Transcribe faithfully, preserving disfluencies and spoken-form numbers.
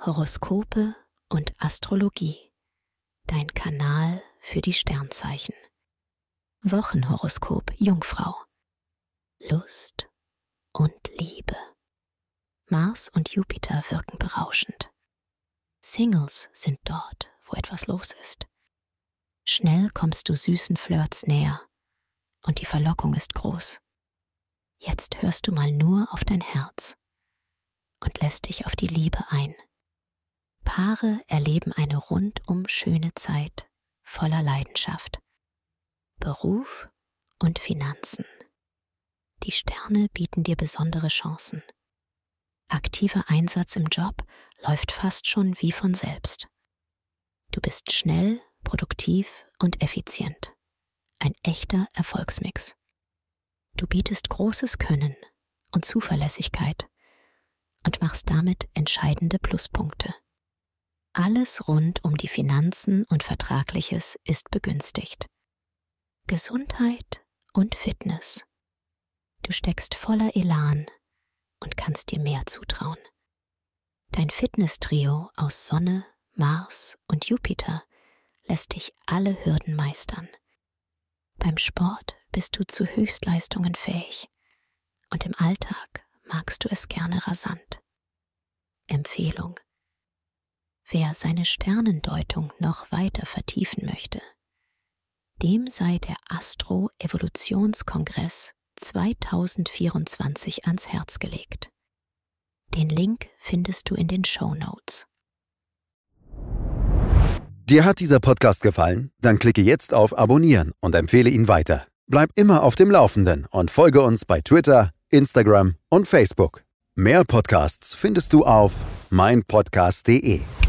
Horoskope und Astrologie. Dein Kanal für die Sternzeichen. Wochenhoroskop Jungfrau. Lust und Liebe. Mars und Jupiter wirken berauschend. Singles sind dort, wo etwas los ist. Schnell kommst du süßen Flirts näher und die Verlockung ist groß. Jetzt hörst du mal nur auf dein Herz und lässt dich auf die Liebe ein. Paare erleben eine rundum schöne Zeit voller Leidenschaft. Beruf und Finanzen. Die Sterne bieten dir besondere Chancen. Aktiver Einsatz im Job läuft fast schon wie von selbst. Du bist schnell, produktiv und effizient. Ein echter Erfolgsmix. Du bietest großes Können und Zuverlässigkeit und machst damit entscheidende Pluspunkte. Alles rund um die Finanzen und Vertragliches ist begünstigt. Gesundheit und Fitness. Du steckst voller Elan und kannst dir mehr zutrauen. Dein Fitness-Trio aus Sonne, Mars und Jupiter lässt dich alle Hürden meistern. Beim Sport bist du zu Höchstleistungen fähig und im Alltag magst du es gerne rasant. Empfehlung: Wer seine Sternendeutung noch weiter vertiefen möchte, dem sei der Astro-Evolutionskongress zweitausendvierundzwanzig ans Herz gelegt. Den Link findest du in den Shownotes. Dir hat dieser Podcast gefallen? Dann klicke jetzt auf Abonnieren und empfehle ihn weiter. Bleib immer auf dem Laufenden und folge uns bei Twitter, Instagram und Facebook. Mehr Podcasts findest du auf mein podcast punkt de.